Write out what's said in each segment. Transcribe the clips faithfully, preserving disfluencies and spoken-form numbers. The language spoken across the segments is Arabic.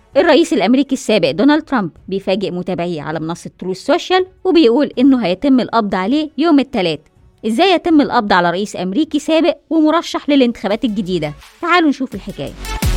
الرئيس الأمريكي السابق دونالد ترامب بيفاجئ متابعيه على منصة تروث سوشيال وبيقول إنه هيتم القبض عليه يوم الثلاث. إزاي يتم القبض على رئيس أمريكي سابق ومرشح للانتخابات الجديدة؟ تعالوا نشوف الحكاية.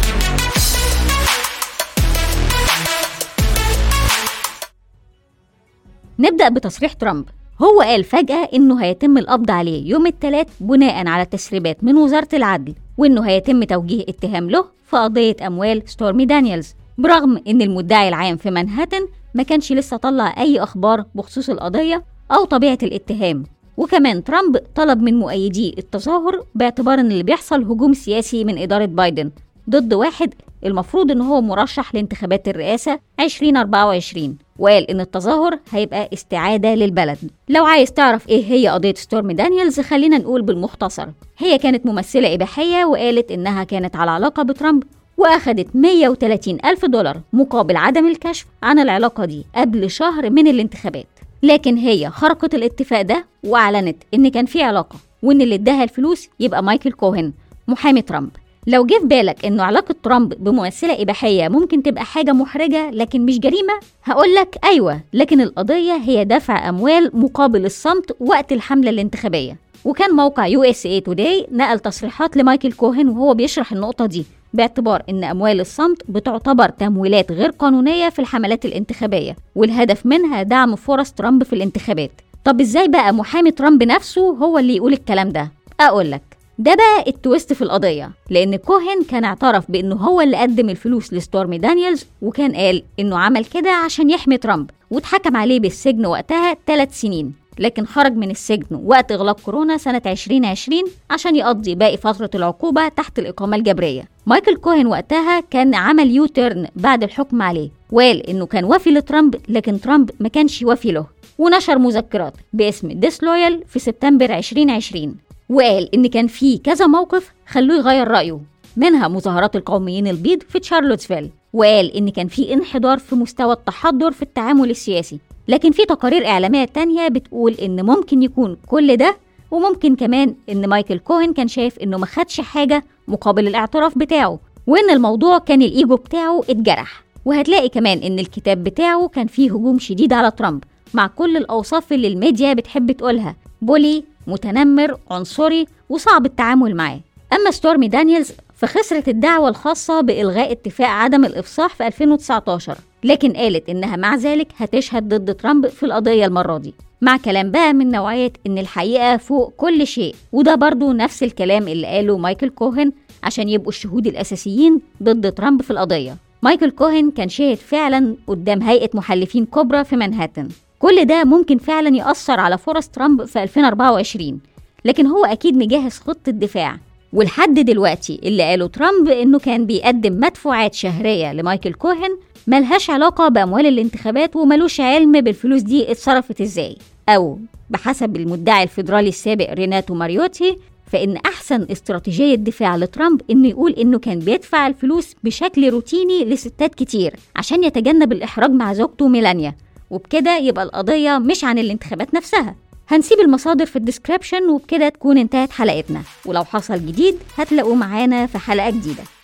نبدأ بتصريح ترامب. هو قال فجأة إنه هيتم القبض عليه يوم الثلاث بناء على تسريبات من وزارة العدل، وإنه هيتم توجيه اتهام له في قضية أموال ستورمي دانييلز، برغم إن المدعي العام في مانهاتن ما كانش لسه طلع أي أخبار بخصوص القضية أو طبيعة الاتهام. وكمان ترامب طلب من مؤيديه التظاهر باعتبار إن اللي بيحصل هجوم سياسي من إدارة بايدن ضد واحد المفروض إن هو مرشح لانتخابات الرئاسة عشرين أربعة وعشرين، وقال إن التظاهر هيبقى استعادة للبلد. لو عايز تعرف إيه هي قضية ستورمي دانييلز خلينا نقول بالمختصر. هي كانت ممثلة إباحية وقالت إنها كانت على علاقة بترامب وأخدت مية وتلاتين ألف دولار مقابل عدم الكشف عن العلاقة دي قبل شهر من الانتخابات. لكن هي خرقت الاتفاق ده وأعلنت إن كان في علاقة، وإن اللي اداها الفلوس يبقى مايكل كوهن محامي ترامب. لو جه في بالك إنه علاقة ترامب بممثلة إباحية ممكن تبقى حاجة محرجة لكن مش جريمة، هقولك أيوة، لكن القضية هي دفع أموال مقابل الصمت وقت الحملة الانتخابية. وكان موقع يو إس إيه توداي نقل تصريحات لمايكل كوهن وهو بيشرح النقطة دي، باعتبار إن أموال الصمت بتعتبر تمويلات غير قانونية في الحملات الانتخابية، والهدف منها دعم فرص ترامب في الانتخابات. طب إزاي بقى محامي ترامب نفسه هو اللي يقول الكلام ده؟ أقولك، ده بقى التويست في القضية، لأن كوهن كان اعترف بأنه هو اللي قدم الفلوس لستورمي دانييلز، وكان قال أنه عمل كده عشان يحمي ترامب، واتحكم عليه بالسجن وقتها ثلاث سنين، لكن خرج من السجن وقت إغلاق كورونا سنة عشرين عشرين عشان يقضي باقي فترة العقوبة تحت الإقامة الجبرية. مايكل كوهن وقتها كان عمل يو تيرن بعد الحكم عليه، وقال أنه كان وفي لترامب لكن ترامب ما كانش وفي له، ونشر مذكرات باسم ديسلويال في سبتمبر عشرين عشرين، وقال إن كان في كذا موقف خلوه يغير رأيه، منها مظاهرات القوميين البيض في تشارلوتسفيل، وقال إن كان في انحدار في مستوى التحضر في التعامل السياسي. لكن في تقارير إعلامية تانية بتقول إن ممكن يكون كل ده، وممكن كمان إن مايكل كوهن كان شايف إنه ما خدش حاجة مقابل الاعتراف بتاعه، وإن الموضوع كان الإيجو بتاعه اتجرح. وهتلاقي كمان إن الكتاب بتاعه كان فيه هجوم شديد على ترامب مع كل الأوصاف اللي الميديا بتحب تقولها: بولي، متنمر، عنصري، وصعب التعامل معاه. أما ستورمي دانييلز فخسرت الدعوة الخاصة بإلغاء اتفاق عدم الإفصاح في ألفين وتسعتاشر، لكن قالت إنها مع ذلك هتشهد ضد ترامب في القضية المرة دي، مع كلام بقى من نوعية إن الحقيقة فوق كل شيء. وده برضو نفس الكلام اللي قاله مايكل كوهن عشان يبقوا الشهود الأساسيين ضد ترامب في القضية. مايكل كوهن كان شاهد فعلا قدام هيئة محلفين كبرى في مانهاتن. كل ده ممكن فعلا يأثر على فرص ترامب في ألفين وأربعة وعشرين، لكن هو أكيد مجهز خطة دفاع. والحد دلوقتي اللي قاله ترامب إنه كان بيقدم مدفوعات شهرية لمايكل كوهن ملهاش علاقة بأموال الانتخابات، وملوش علم بالفلوس دي اتصرفت إزاي، أو بحسب المدعي الفيدرالي السابق ريناتو ماريوتي فإن أحسن استراتيجية دفاع لترامب إنه يقول إنه كان بيدفع الفلوس بشكل روتيني لستات كتير عشان يتجنب الإحراج مع زوجته ميلانيا، وبكده يبقى القضية مش عن الانتخابات نفسها. هنسيب المصادر في الديسكريبشن، وبكده تكون انتهت حلقتنا، ولو حصل جديد هتلاقوا معانا في حلقة جديدة.